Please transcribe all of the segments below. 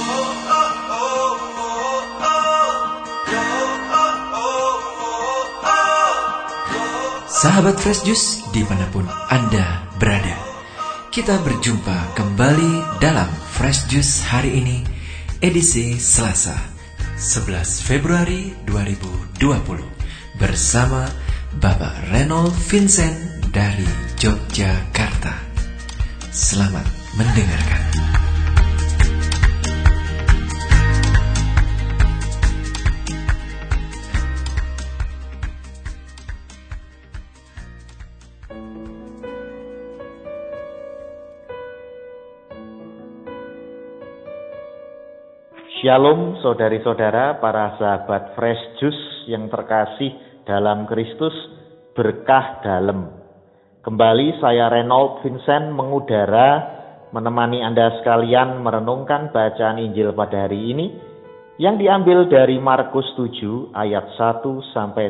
Sahabat Fresh Juice dimanapun Anda berada, kita berjumpa kembali dalam Fresh Juice hari ini, edisi Selasa 11 Februari 2020 bersama Bapak Reynold Vincent dari Yogyakarta. Selamat mendengarkan. Shalom saudari-saudara, para sahabat Fresh Juice yang terkasih dalam Kristus, berkah dalam. Kembali saya Reynold Vincent mengudara menemani Anda sekalian merenungkan bacaan Injil pada hari ini yang diambil dari Markus 7 ayat 1-13.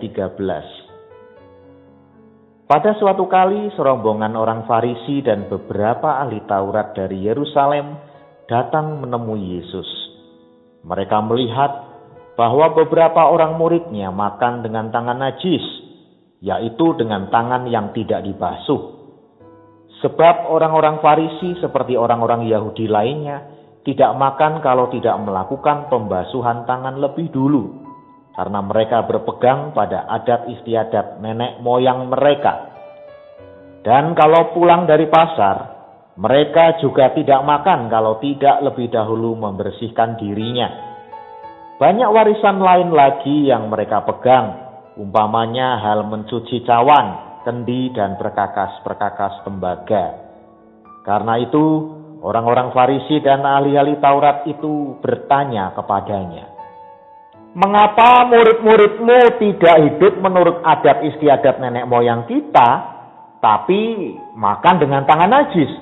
Pada suatu kali serombongan orang Farisi dan beberapa ahli Taurat dari Yerusalem datang menemui Yesus. Mereka melihat bahwa beberapa orang muridnya makan dengan tangan najis, yaitu dengan tangan yang tidak dibasuh. Sebab orang-orang Farisi seperti orang-orang Yahudi lainnya tidak makan kalau tidak melakukan pembasuhan tangan lebih dulu, karena mereka berpegang pada adat istiadat nenek moyang mereka. Dan kalau pulang dari pasar, mereka juga tidak makan kalau tidak lebih dahulu membersihkan dirinya. Banyak warisan lain lagi yang mereka pegang, umpamanya hal mencuci cawan, kendi, dan perkakas-perkakas tembaga. Karena itu, orang-orang Farisi dan ahli-ahli Taurat itu bertanya kepadanya, "Mengapa murid-muridmu tidak hidup menurut adat istiadat nenek moyang kita, tapi makan dengan tangan najis?"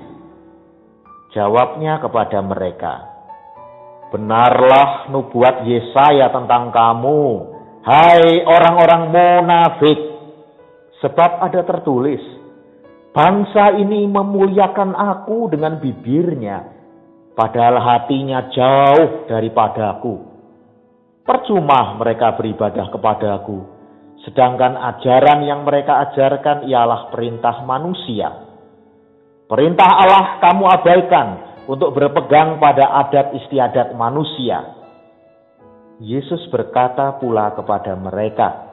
Jawabnya kepada mereka, "Benarlah nubuat Yesaya tentang kamu, hai orang-orang munafik. Sebab ada tertulis, bangsa ini memuliakan aku dengan bibirnya, padahal hatinya jauh daripadaku. Percuma mereka beribadah kepadaku, sedangkan ajaran yang mereka ajarkan ialah perintah manusia. Perintah Allah kamu abaikan untuk berpegang pada adat istiadat manusia." Yesus berkata pula kepada mereka,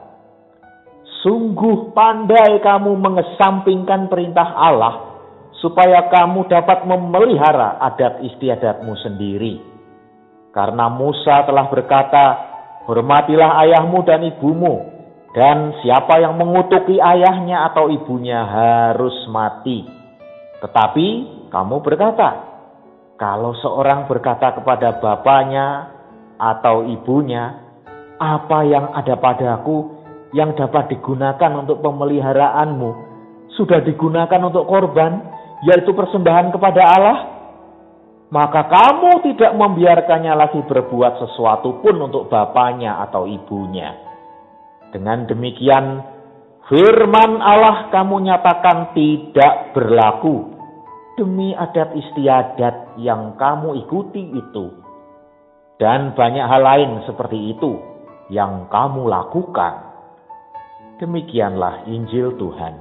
"Sungguh pandai kamu mengesampingkan perintah Allah, supaya kamu dapat memelihara adat istiadatmu sendiri. Karena Musa telah berkata, hormatilah ayahmu dan ibumu, dan siapa yang mengutuki ayahnya atau ibunya harus mati. Tetapi kamu berkata, kalau seorang berkata kepada bapaknya atau ibunya, apa yang ada padaku yang dapat digunakan untuk pemeliharaanmu, sudah digunakan untuk korban, yaitu persembahan kepada Allah, maka kamu tidak membiarkannya lagi berbuat sesuatu pun untuk bapaknya atau ibunya. Dengan demikian, firman Allah kamu nyatakan tidak berlaku demi adat istiadat yang kamu ikuti itu. Dan banyak hal lain seperti itu yang kamu lakukan." Demikianlah Injil Tuhan.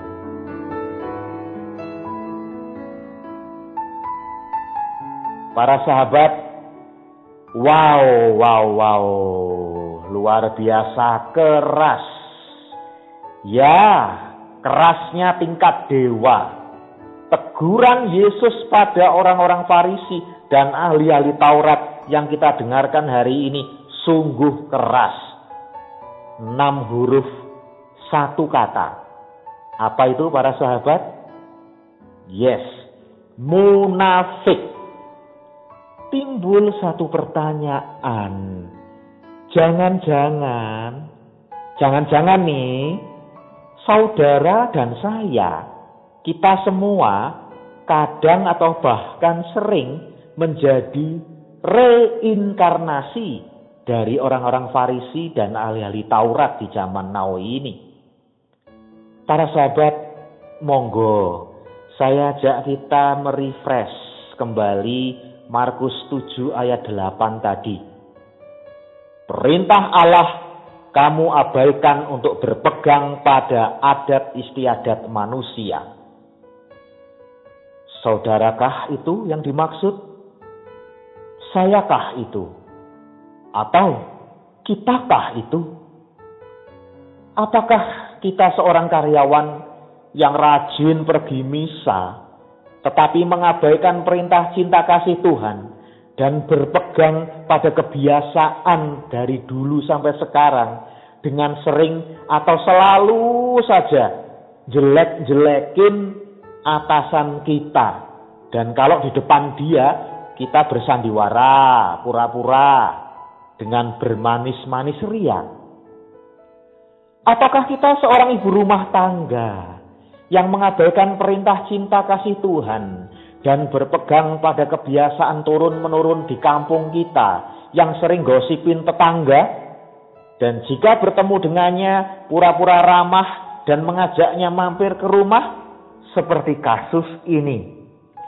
Para sahabat, wow, luar biasa keras. Ya, kerasnya tingkat dewa. Teguran Yesus pada orang-orang Farisi dan ahli-ahli Taurat yang kita dengarkan hari ini sungguh keras. 6 huruf, 1 kata. Apa itu para sahabat? Yes, munafik. Timbul satu pertanyaan. Jangan-jangan nih, saudara dan saya, kita semua kadang atau bahkan sering menjadi reinkarnasi dari orang-orang Farisi dan ahli-ahli Taurat di zaman now ini. Para sahabat, monggo saya ajak kita merefresh kembali Markus 7 ayat 8 tadi. Perintah Allah kamu abaikan untuk berpegang pada adat istiadat manusia. Saudarakah itu yang dimaksud? Sayakah itu? Atau kitakah itu? Apakah kita seorang karyawan yang rajin pergi misa, tetapi mengabaikan perintah cinta kasih Tuhan dan berpegang pada kebiasaan dari dulu sampai sekarang dengan sering atau selalu saja jelek-jelekin atasan kita, dan kalau di depan dia kita bersandiwara, pura-pura dengan bermanis-manis ria? Apakah kita seorang ibu rumah tangga yang mengabaikan perintah cinta kasih Tuhan dan berpegang pada kebiasaan turun-menurun di kampung kita yang sering gosipin tetangga, dan jika bertemu dengannya pura-pura ramah dan mengajaknya mampir ke rumah seperti kasus ini?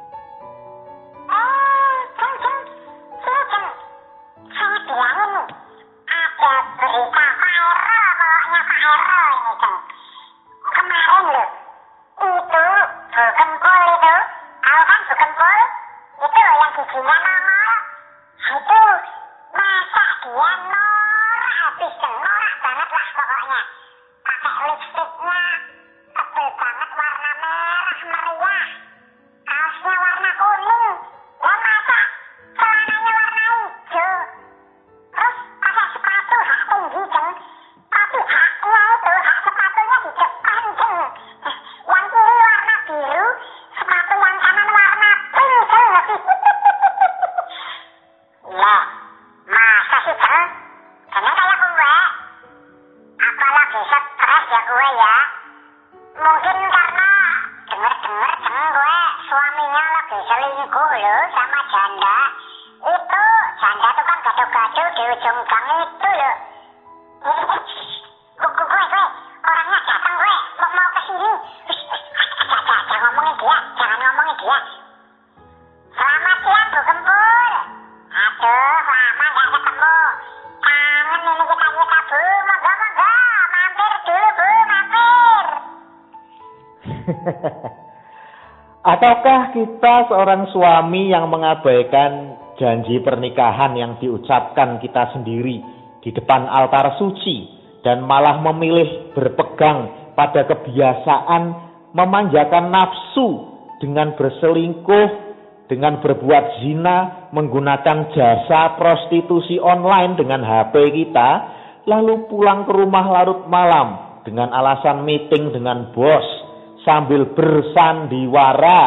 Ataukah kita seorang suami yang mengabaikan janji pernikahan yang diucapkan kita sendiri di depan altar suci dan malah memilih berpegang pada kebiasaan memanjakan nafsu dengan berselingkuh, dengan berbuat zina, menggunakan jasa prostitusi online dengan HP kita, lalu pulang ke rumah larut malam dengan alasan meeting dengan bos, sambil bersandiwara,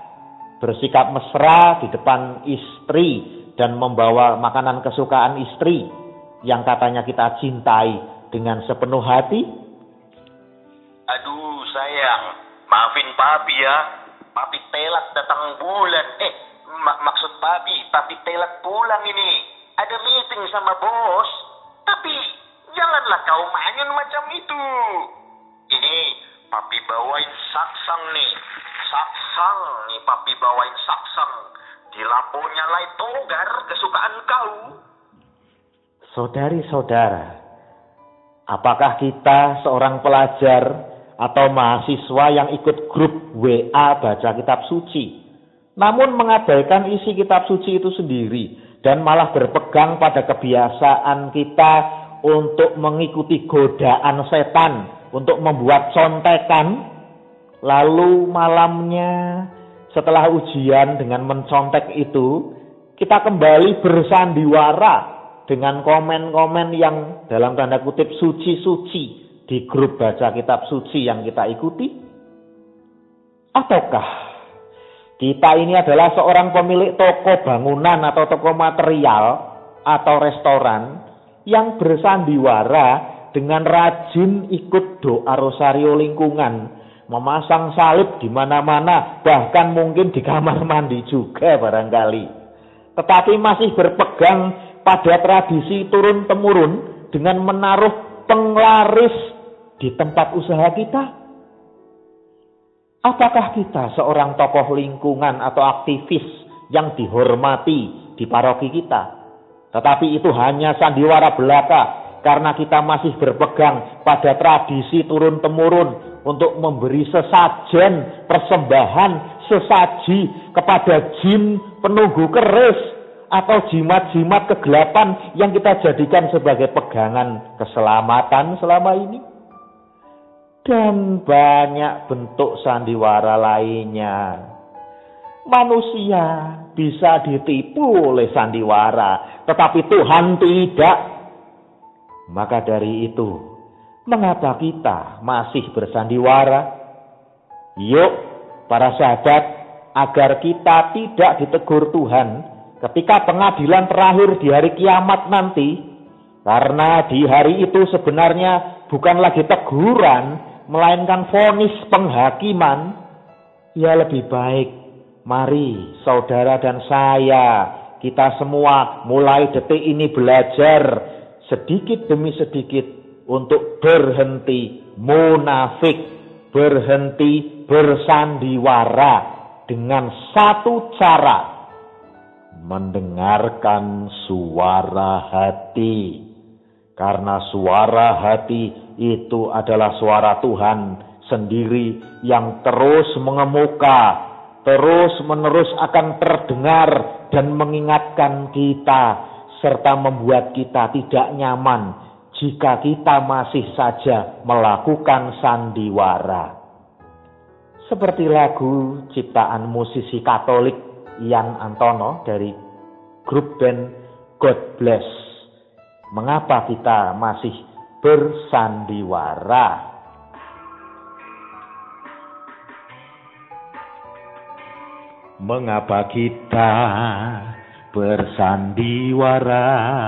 bersikap mesra di depan istri dan membawa makanan kesukaan istri yang katanya kita cintai dengan sepenuh hati? Aduh sayang, maafin papi ya. Papi telat datang bulan. Maksud papi telat pulang ini. Ada meeting sama bos. Tapi janganlah kau manyun macam itu. Ini papi bawain saksang nih. Papi bawain saksang. Di laponya lai togar kesukaan kau. Saudari-saudara, apakah kita seorang pelajar atau mahasiswa yang ikut grup WA baca kitab suci, namun mengabaikan isi kitab suci itu sendiri dan malah berpegang pada kebiasaan kita untuk mengikuti godaan setan, untuk membuat contekan, lalu malamnya setelah ujian dengan mencontek itu, kita kembali bersandiwara dengan komen-komen yang dalam tanda kutip suci-suci di grup baca kitab suci yang kita ikuti? Ataukah kita ini adalah seorang pemilik toko bangunan atau toko material atau restoran yang bersandiwara dengan rajin ikut doa rosario lingkungan, memasang salib di mana-mana, bahkan mungkin di kamar mandi juga barangkali, tetapi masih berpegang pada tradisi turun-temurun dengan menaruh penglaris di tempat usaha kita? Apakah kita seorang tokoh lingkungan atau aktivis yang dihormati di paroki kita. Tetapi itu hanya sandiwara belaka karena kita masih berpegang pada tradisi turun-temurun untuk memberi sesajen, persembahan, sesaji kepada jin penunggu keris atau jimat-jimat kegelapan yang kita jadikan sebagai pegangan keselamatan selama ini. Dan banyak bentuk sandiwara lainnya. Manusia bisa ditipu oleh sandiwara, tetapi Tuhan tidak. Maka dari itu, mengapa kita masih bersandiwara? Yuk, para sahabat, agar kita tidak ditegur Tuhan ketika pengadilan terakhir di hari kiamat nanti. Karena di hari itu sebenarnya bukan lagi teguran, melainkan vonis penghakiman. Ya, lebih baik mari saudara dan saya, kita semua mulai detik ini belajar sedikit demi sedikit untuk berhenti munafik, berhenti bersandiwara dengan satu cara: mendengarkan suara hati. Karena suara hati itu adalah suara Tuhan sendiri yang terus mengemuka, terus-menerus akan terdengar dan mengingatkan kita, serta membuat kita tidak nyaman jika kita masih saja melakukan sandiwara. Seperti lagu ciptaan musisi Katolik Ian Antono dari grup band God Bless. Mengapa kita masih bersandiwara? Mengapa kita bersandiwara?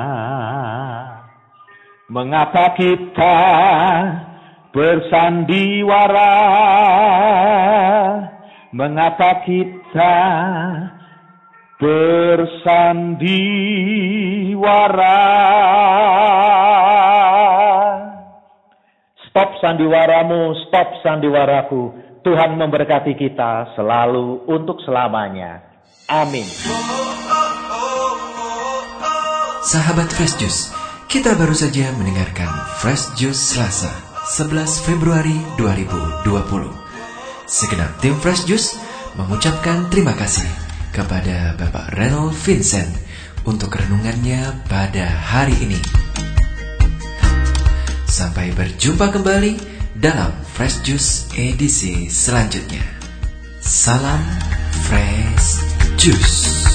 Mengapa kita bersandiwara? Mengapa kita bersandiwara? Stop sandiwaramu, stop sandiwaraku. Tuhan memberkati kita selalu untuk selamanya. Amin. Sahabat Fresh Juice, kita baru saja mendengarkan Fresh Juice Selasa 11 Februari 2020. Segenap tim Fresh Juice mengucapkan terima kasih kepada Bapak Reynold Vincent untuk renungannya pada hari ini. Sampai berjumpa kembali dalam Fresh Juice edisi selanjutnya. Salam Fresh Juice.